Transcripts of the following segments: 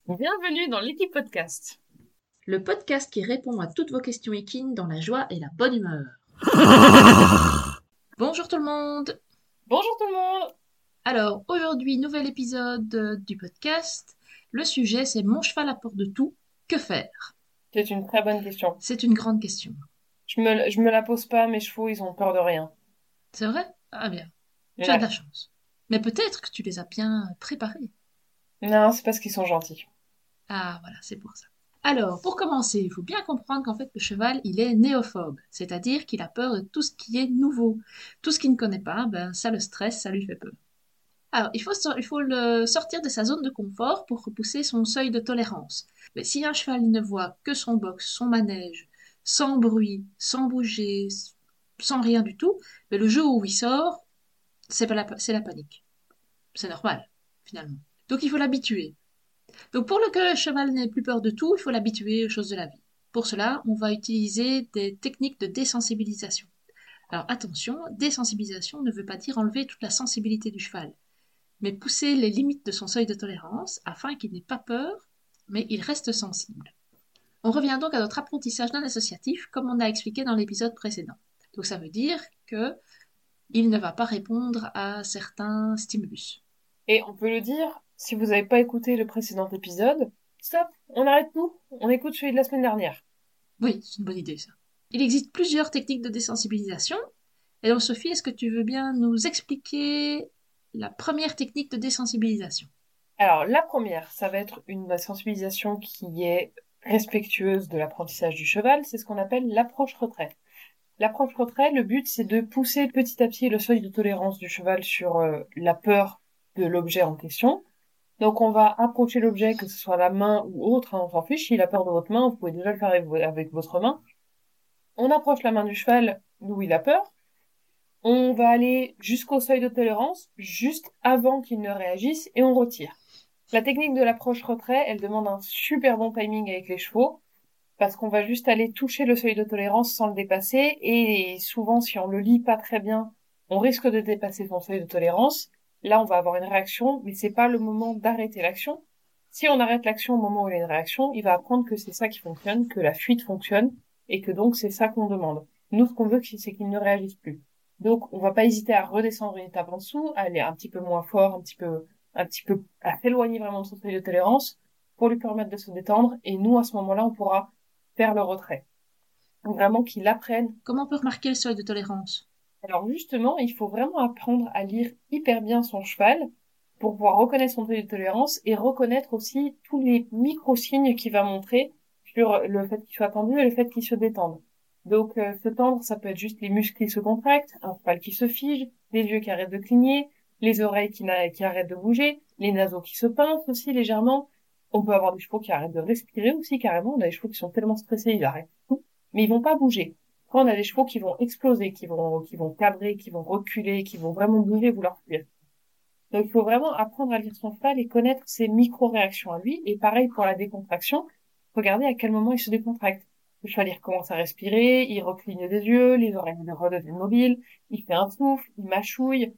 Bienvenue dans l'équipe podcast. Le podcast qui répond à toutes vos questions équines dans la joie et la bonne humeur. Bonjour tout le monde. Bonjour tout le monde. Alors, aujourd'hui, nouvel épisode du podcast. Le sujet, c'est mon cheval a peur de tout. Que faire? C'est une très bonne question. C'est une grande question. Je me la pose pas, mes chevaux, ils ont peur de rien. C'est vrai? Ah bien, tu as de Ouais. la chance. Mais peut-être que tu les as bien préparés. Non, c'est parce qu'ils sont gentils. Ah voilà, c'est pour ça. Alors, pour commencer, il faut bien comprendre qu'en fait, le cheval, il est néophobe, c'est-à-dire qu'il a peur de tout ce qui est nouveau. Tout ce qu'il ne connaît pas, ben, ça le stresse, ça lui fait peur. Alors, il faut le sortir de sa zone de confort pour repousser son seuil de tolérance. Mais si un cheval il ne voit que son box, son manège, sans bruit, sans bouger, sans rien du tout, mais le jour où il sort, c'est la panique. C'est normal, finalement. Donc il faut l'habituer. Donc pour que le cheval n'ait plus peur de tout, il faut l'habituer aux choses de la vie. Pour cela, on va utiliser des techniques de désensibilisation. Alors attention, désensibilisation ne veut pas dire enlever toute la sensibilité du cheval, mais pousser les limites de son seuil de tolérance afin qu'il n'ait pas peur, mais il reste sensible. On revient donc à notre apprentissage non associatif comme on a expliqué dans l'épisode précédent. Donc ça veut dire que il ne va pas répondre à certains stimulus. Et on peut le dire, si vous n'avez pas écouté le précédent épisode, stop, on arrête tout, on écoute celui de la semaine dernière. Oui, c'est une bonne idée ça. Il existe plusieurs techniques de désensibilisation. Et donc Sophie, est-ce que tu veux bien nous expliquer la première technique de désensibilisation? Alors, la première, ça va être une sensibilisation qui est respectueuse de l'apprentissage du cheval, c'est ce qu'on appelle l'approche retrait. L'approche retrait, le but, c'est de pousser petit à petit le seuil de tolérance du cheval sur la peur de l'objet en question. Donc, on va approcher l'objet, que ce soit la main ou autre, hein, on s'en fiche. S'il a peur de votre main, vous pouvez déjà le faire avec votre main. On approche la main du cheval d'où il a peur. On va aller jusqu'au seuil de tolérance, juste avant qu'il ne réagisse, et on retire. La technique de l'approche retrait, elle demande un super bon timing avec les chevaux, parce qu'on va juste aller toucher le seuil de tolérance sans le dépasser, et souvent, si on le lit pas très bien, on risque de dépasser son seuil de tolérance. Là, on va avoir une réaction, mais c'est pas le moment d'arrêter l'action. Si on arrête l'action au moment où il y a une réaction, il va apprendre que c'est ça qui fonctionne, que la fuite fonctionne, et que donc c'est ça qu'on demande. Nous, ce qu'on veut, c'est qu'il ne réagisse plus. Donc, on va pas hésiter à redescendre une étape en dessous, à aller un petit peu moins fort, un petit peu, à s'éloigner vraiment de son seuil de tolérance, pour lui permettre de se détendre, et nous, à ce moment-là, on pourra faire le retrait. Donc vraiment qu'il apprenne. Comment on peut remarquer le seuil de tolérance? Alors justement, il faut vraiment apprendre à lire hyper bien son cheval pour pouvoir reconnaître son seuil de tolérance et reconnaître aussi tous les micro-signes qu'il va montrer sur le fait qu'il soit tendu et le fait qu'il se détende. Donc se tendre, ça peut être juste les muscles qui se contractent, un cheval qui se fige, les yeux qui arrêtent de cligner, les oreilles qui arrêtent de bouger, les naseaux qui se pincent aussi légèrement. On peut avoir des chevaux qui arrêtent de respirer aussi carrément. On a des chevaux qui sont tellement stressés, ils arrêtent tout, mais ils vont pas bouger. Quand on a des chevaux qui vont exploser, qui vont cabrer, qui vont reculer, qui vont vraiment bouger, vouloir fuir. Donc il faut vraiment apprendre à lire son cheval et connaître ses micro-réactions à lui. Et pareil pour la décontraction, regardez à quel moment il se décontracte. Le cheval, il recommence à respirer, il recligne des yeux, les oreilles redeviennent mobiles, il fait un souffle, il mâchouille.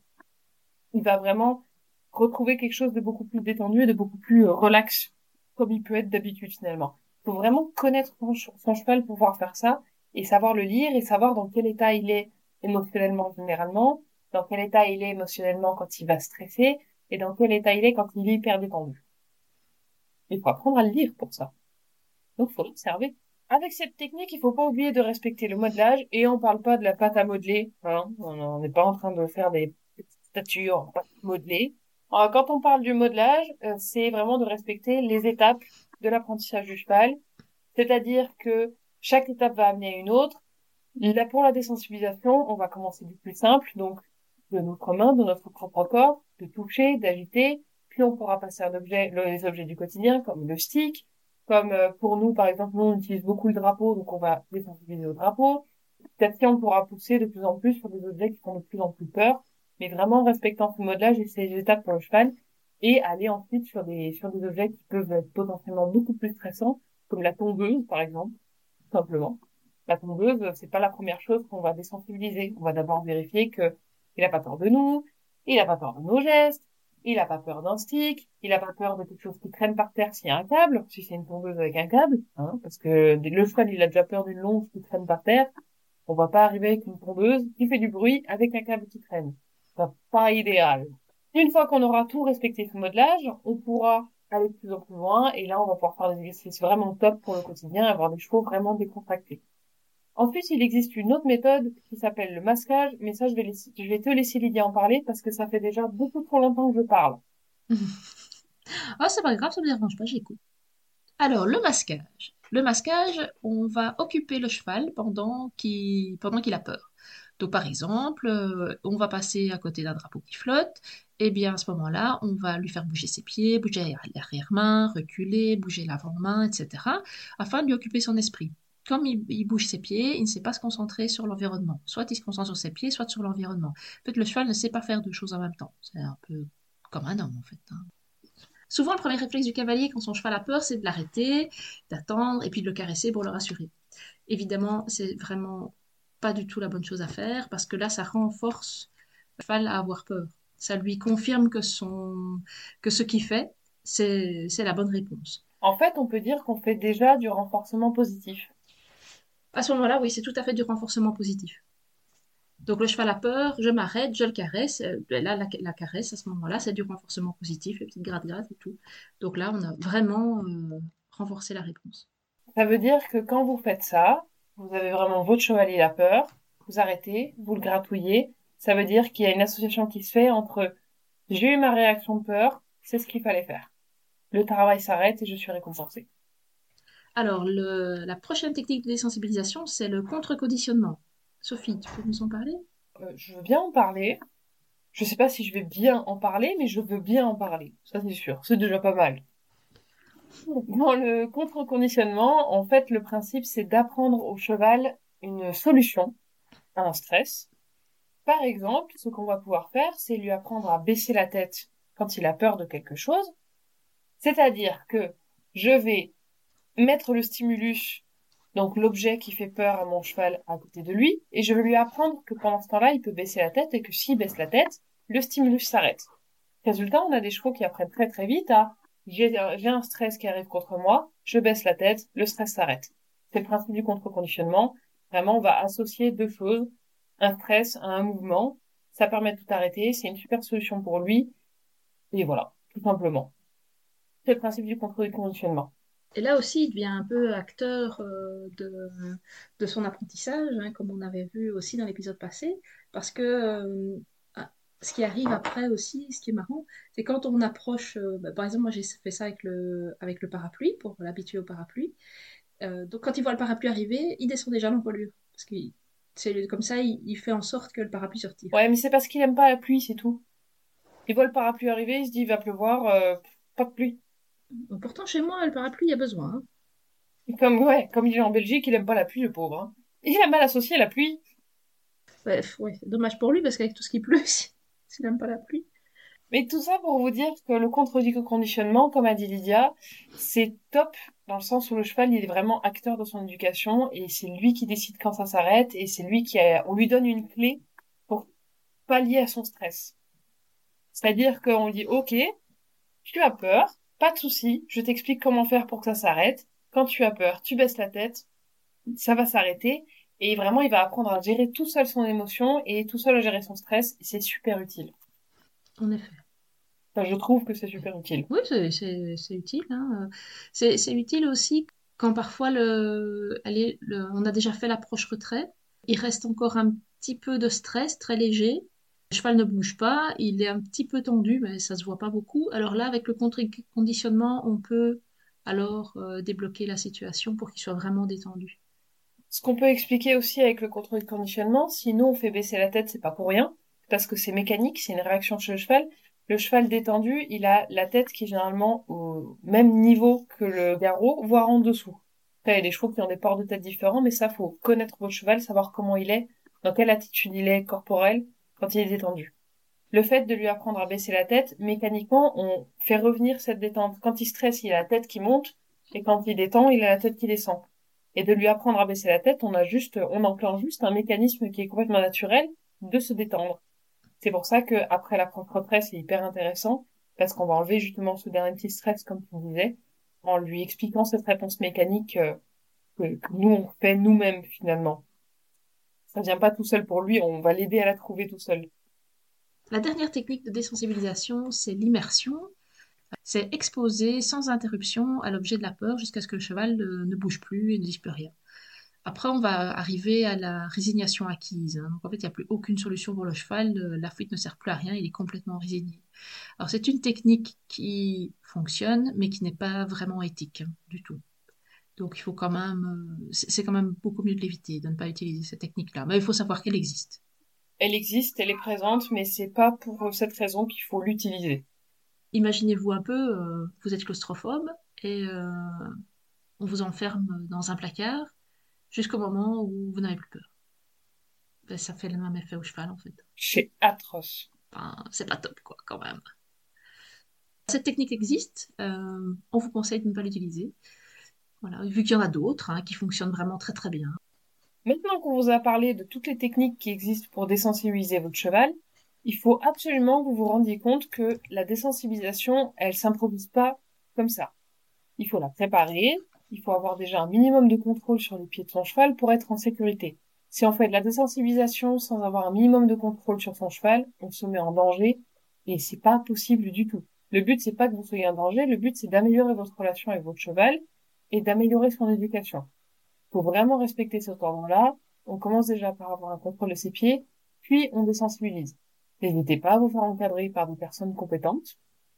Il va vraiment retrouver quelque chose de beaucoup plus détendu et de beaucoup plus relax, comme il peut être d'habitude finalement. Il faut vraiment connaître son cheval pour pouvoir faire ça et savoir le lire et savoir dans quel état il est émotionnellement généralement, dans quel état il est émotionnellement quand il va stresser et dans quel état il est quand il est hyper détendu. Il faut apprendre à le lire pour ça. Donc il faut l'observer. Avec cette technique, il faut pas oublier de respecter le modelage et on parle pas de la pâte à modeler, hein. On n'est pas en train de faire des petites statues en pâte modelée. Quand on parle du modelage, c'est vraiment de respecter les étapes de l'apprentissage du cheval. C'est-à-dire que chaque étape va amener à une autre. Là, pour la désensibilisation, on va commencer du plus simple, donc de notre main, de notre propre corps, de toucher, d'agiter. Puis on pourra passer à les objets du quotidien, comme le stick, comme pour nous, par exemple, nous on utilise beaucoup le drapeau, donc on va désensibiliser au drapeau. Peut-être qu'on pourra pousser de plus en plus sur des objets qui font de plus en plus peur, mais vraiment en respectant ce modelage et ces étapes pour le cheval, et aller ensuite sur des objets qui peuvent être potentiellement beaucoup plus stressants, comme la tondeuse, par exemple, tout simplement. La tondeuse, c'est pas la première chose qu'on va désensibiliser. On va d'abord vérifier que il a pas peur de nous, il a pas peur de nos gestes, Il a pas peur d'un stick, il a pas peur de quelque chose qui traîne par terre s'il y a un câble, si c'est une tondeuse avec un câble, hein, parce que le cheval, il a déjà peur d'une longe qui traîne par terre. On va pas arriver avec une tondeuse qui fait du bruit avec un câble qui traîne. C'est pas idéal. Une fois qu'on aura tout respecté ce modelage, on pourra aller de plus en plus loin, et là, on va pouvoir faire des exercices vraiment top pour le quotidien, avoir des chevaux vraiment décontractés. Ensuite, il existe une autre méthode qui s'appelle le masquage, mais ça, je vais te laisser Lydia en parler parce que ça fait déjà beaucoup trop longtemps que je parle. Ah, c'est pas grave, ça me dérange pas, j'écoute. Alors, le masquage. Le masquage, on va occuper le cheval pendant qu'il a peur. Donc, par exemple, on va passer à côté d'un drapeau qui flotte. Et bien, à ce moment-là, on va lui faire bouger ses pieds, bouger l'arrière-main, reculer, bouger l'avant-main, etc., afin de lui occuper son esprit. Comme il bouge ses pieds, il ne sait pas se concentrer sur l'environnement. Soit il se concentre sur ses pieds, soit sur l'environnement. En fait, le cheval ne sait pas faire deux choses en même temps. C'est un peu comme un homme, en fait, hein. Souvent, le premier réflexe du cavalier quand son cheval a peur, c'est de l'arrêter, d'attendre et puis de le caresser pour le rassurer. Évidemment, c'est vraiment pas du tout la bonne chose à faire parce que là, ça renforce le cheval à avoir peur. Ça lui confirme que ce qu'il fait, c'est la bonne réponse. En fait, on peut dire qu'on fait déjà du renforcement positif. À ce moment-là, oui, c'est tout à fait du renforcement positif. Donc le cheval a peur, je m'arrête, je le caresse. Là, la caresse, à ce moment-là, c'est du renforcement positif, les petites gratte-gratte et tout. Donc là, on a vraiment renforcé la réponse. Ça veut dire que quand vous faites ça, vous avez vraiment votre chevalier la peur, vous arrêtez, vous le gratouillez. Ça veut dire qu'il y a une association qui se fait entre j'ai eu ma réaction de peur, c'est ce qu'il fallait faire. Le travail s'arrête et je suis récompensée. Alors, la prochaine technique de désensibilisation, c'est le contre-conditionnement. Sophie, tu peux nous en parler? Je veux bien en parler. Je sais pas si je vais bien en parler, mais je veux bien en parler. Ça, c'est sûr. C'est déjà pas mal. Dans le contre-conditionnement, en fait, le principe, c'est d'apprendre au cheval une solution à un stress. Par exemple, ce qu'on va pouvoir faire, c'est lui apprendre à baisser la tête quand il a peur de quelque chose. C'est-à-dire que je vais mettre le stimulus, donc l'objet qui fait peur à mon cheval à côté de lui, et je vais lui apprendre que pendant ce temps-là, il peut baisser la tête et que s'il baisse la tête, le stimulus s'arrête. Résultat, on a des chevaux qui apprennent très très vite à j'ai un stress qui arrive contre moi, je baisse la tête, le stress s'arrête. C'est le principe du contre-conditionnement. Vraiment, on va associer deux choses, un stress à un mouvement. Ça permet de tout arrêter, c'est une super solution pour lui. Et voilà, tout simplement. C'est le principe du contre-conditionnement. Et là aussi, il devient un peu acteur de son apprentissage, hein, comme on avait vu aussi dans l'épisode passé, parce que ce qui arrive après aussi, ce qui est marrant, c'est quand on approche, par exemple, moi j'ai fait ça avec le parapluie, pour l'habituer au parapluie. Donc quand il voit le parapluie arriver, il descend déjà l'encolure, parce que c'est comme ça, il fait en sorte que le parapluie se retire. Ouais, mais c'est parce qu'il aime pas la pluie, c'est tout. Il voit le parapluie arriver, il se dit il va pleuvoir, pas de pluie. Donc, pourtant, chez moi, le parapluie, il y a besoin, hein. Et comme, ouais, comme il est en Belgique, il aime pas la pluie, le pauvre, hein. Il a mal associé la pluie. Bref, ouais, dommage pour lui, parce qu'avec tout ce qui pleut, s'il n'aime pas la pluie. Mais tout ça pour vous dire que le contre-conditionnement, comme a dit Lydia, c'est top dans le sens où le cheval, il est vraiment acteur de son éducation et c'est lui qui décide quand ça s'arrête et c'est lui on lui donne une clé pour pallier à son stress. C'est-à-dire qu'on dit, OK, tu as peur, pas de souci, je t'explique comment faire pour que ça s'arrête. Quand tu as peur, tu baisses la tête, ça va s'arrêter. Et vraiment, il va apprendre à gérer tout seul son émotion et tout seul à gérer son stress. Et c'est super utile. En effet. Enfin, je trouve que c'est super utile. Oui, c'est utile, hein. C'est utile aussi quand parfois allez, on a déjà fait l'approche-retrait, il reste encore un petit peu de stress, très léger. Le cheval ne bouge pas, il est un petit peu tendu, mais ça se voit pas beaucoup. Alors là, avec le contre-conditionnement, on peut alors débloquer la situation pour qu'il soit vraiment détendu. Ce qu'on peut expliquer aussi avec le contrôle de conditionnement, si nous on fait baisser la tête, c'est pas pour rien, parce que c'est mécanique, c'est une réaction chez le cheval. Le cheval détendu, il a la tête qui est généralement au même niveau que le garrot, voire en dessous. Après, il y a des chevaux qui ont des ports de tête différents, mais ça, faut connaître votre cheval, savoir comment il est, dans quelle attitude il est corporelle quand il est détendu. Le fait de lui apprendre à baisser la tête, mécaniquement, on fait revenir cette détente. Quand il stresse, il a la tête qui monte, et quand il détend, il a la tête qui descend. Et de lui apprendre à baisser la tête, on enclenche juste un mécanisme qui est complètement naturel de se détendre. C'est pour ça que après la propre retraite, c'est hyper intéressant parce qu'on va enlever justement ce dernier petit stress, comme tu disais, en lui expliquant cette réponse mécanique que nous, on fait nous-mêmes, finalement. Ça vient pas tout seul pour lui, on va l'aider à la trouver tout seul. La dernière technique de désensibilisation, c'est l'immersion. C'est exposer sans interruption à l'objet de la peur jusqu'à ce que le cheval ne bouge plus et ne dise plus rien. Après, on va arriver à la résignation acquise, hein. Donc, en fait, il n'y a plus aucune solution pour le cheval. La fuite ne sert plus à rien. Il est complètement résigné. Alors, c'est une technique qui fonctionne, mais qui n'est pas vraiment éthique, hein, du tout. Donc, il faut quand même, c'est quand même beaucoup mieux de l'éviter, de ne pas utiliser cette technique-là. Mais il faut savoir qu'elle existe. Elle existe, elle est présente, mais c'est pas pour cette raison qu'il faut l'utiliser. Imaginez-vous un peu, vous êtes claustrophobe et on vous enferme dans un placard jusqu'au moment où vous n'avez plus peur. Ben, ça fait le même effet au cheval, en fait. C'est atroce. Enfin, c'est pas top, quoi, quand même. Cette technique existe, on vous conseille de ne pas l'utiliser. Voilà, vu qu'il y en a d'autres hein, qui fonctionnent vraiment très très bien. Maintenant qu'on vous a parlé de toutes les techniques qui existent pour désensibiliser votre cheval, il faut absolument que vous vous rendiez compte que la désensibilisation, elle s'improvise pas comme ça. Il faut la préparer, il faut avoir déjà un minimum de contrôle sur les pieds de son cheval pour être en sécurité. Si on fait de la désensibilisation sans avoir un minimum de contrôle sur son cheval, on se met en danger et c'est pas possible du tout. Le but, c'est pas que vous soyez en danger, le but, c'est d'améliorer votre relation avec votre cheval et d'améliorer son éducation. Pour vraiment respecter cet ordre-là, on commence déjà par avoir un contrôle de ses pieds, puis on désensibilise. N'hésitez pas à vous faire encadrer par des personnes compétentes.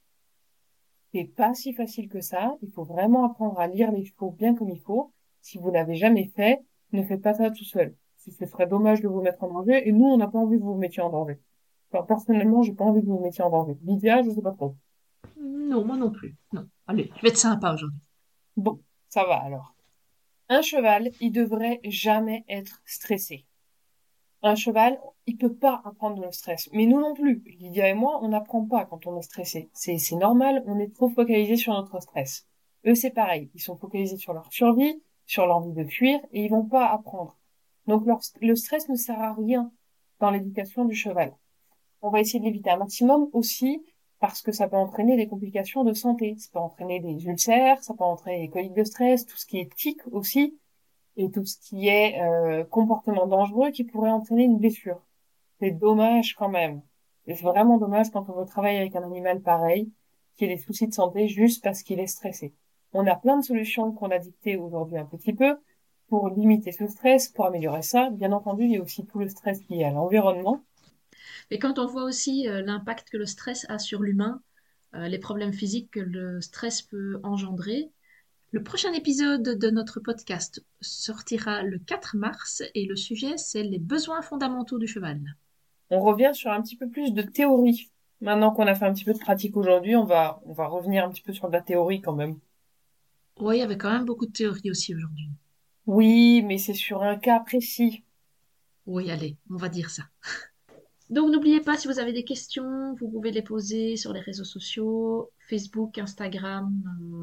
C'est pas si facile que ça. Il faut vraiment apprendre à lire les chevaux bien comme il faut. Si vous l'avez jamais fait, ne faites pas ça tout seul. Ce serait dommage de vous mettre en danger, et nous, on n'a pas envie que vous vous mettiez en danger. Enfin, personnellement, j'ai pas envie que vous vous mettiez en danger. Lydia, je sais pas trop. Non, moi non plus. Non. Allez, je vais être sympa aujourd'hui. Bon, ça va alors. Un cheval, il devrait jamais être stressé. Un cheval, il peut pas apprendre le stress. Mais nous non plus. Lydia et moi, on n'apprend pas quand on est stressé. C'est normal, on est trop focalisé sur notre stress. Eux, c'est pareil. Ils sont focalisés sur leur survie, sur l'envie de fuir, et ils vont pas apprendre. Donc, le stress ne sert à rien dans l'éducation du cheval. On va essayer de l'éviter un maximum aussi parce que ça peut entraîner des complications de santé. Ça peut entraîner des ulcères, ça peut entraîner des coliques de stress, tout ce qui est tic aussi et tout ce qui est comportement dangereux qui pourrait entraîner une blessure. C'est dommage quand même. Et c'est vraiment dommage quand on veut travailler avec un animal pareil, qui a des soucis de santé juste parce qu'il est stressé. On a plein de solutions qu'on a dictées aujourd'hui un petit peu pour limiter ce stress, pour améliorer ça. Bien entendu, il y a aussi tout le stress lié à l'environnement. Et quand on voit aussi l'impact que le stress a sur l'humain, les problèmes physiques que le stress peut engendrer, le prochain épisode de notre podcast sortira le 4 mars et le sujet c'est les besoins fondamentaux du cheval. On revient sur un petit peu plus de théorie. Maintenant qu'on a fait un petit peu de pratique aujourd'hui, on va revenir un petit peu sur de la théorie quand même. Oui, il y avait quand même beaucoup de théories aussi aujourd'hui. Oui, mais c'est sur un cas précis. Oui, allez, on va dire ça. Donc n'oubliez pas, si vous avez des questions, vous pouvez les poser sur les réseaux sociaux, Facebook, Instagram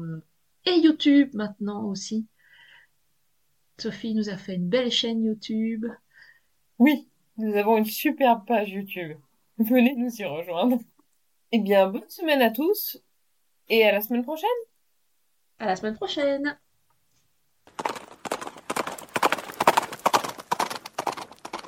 et YouTube maintenant aussi. Sophie nous a fait une belle chaîne YouTube. Oui, nous avons une superbe page YouTube. Venez nous y rejoindre. Eh bien, bonne semaine à tous et à la semaine prochaine. À la semaine prochaine!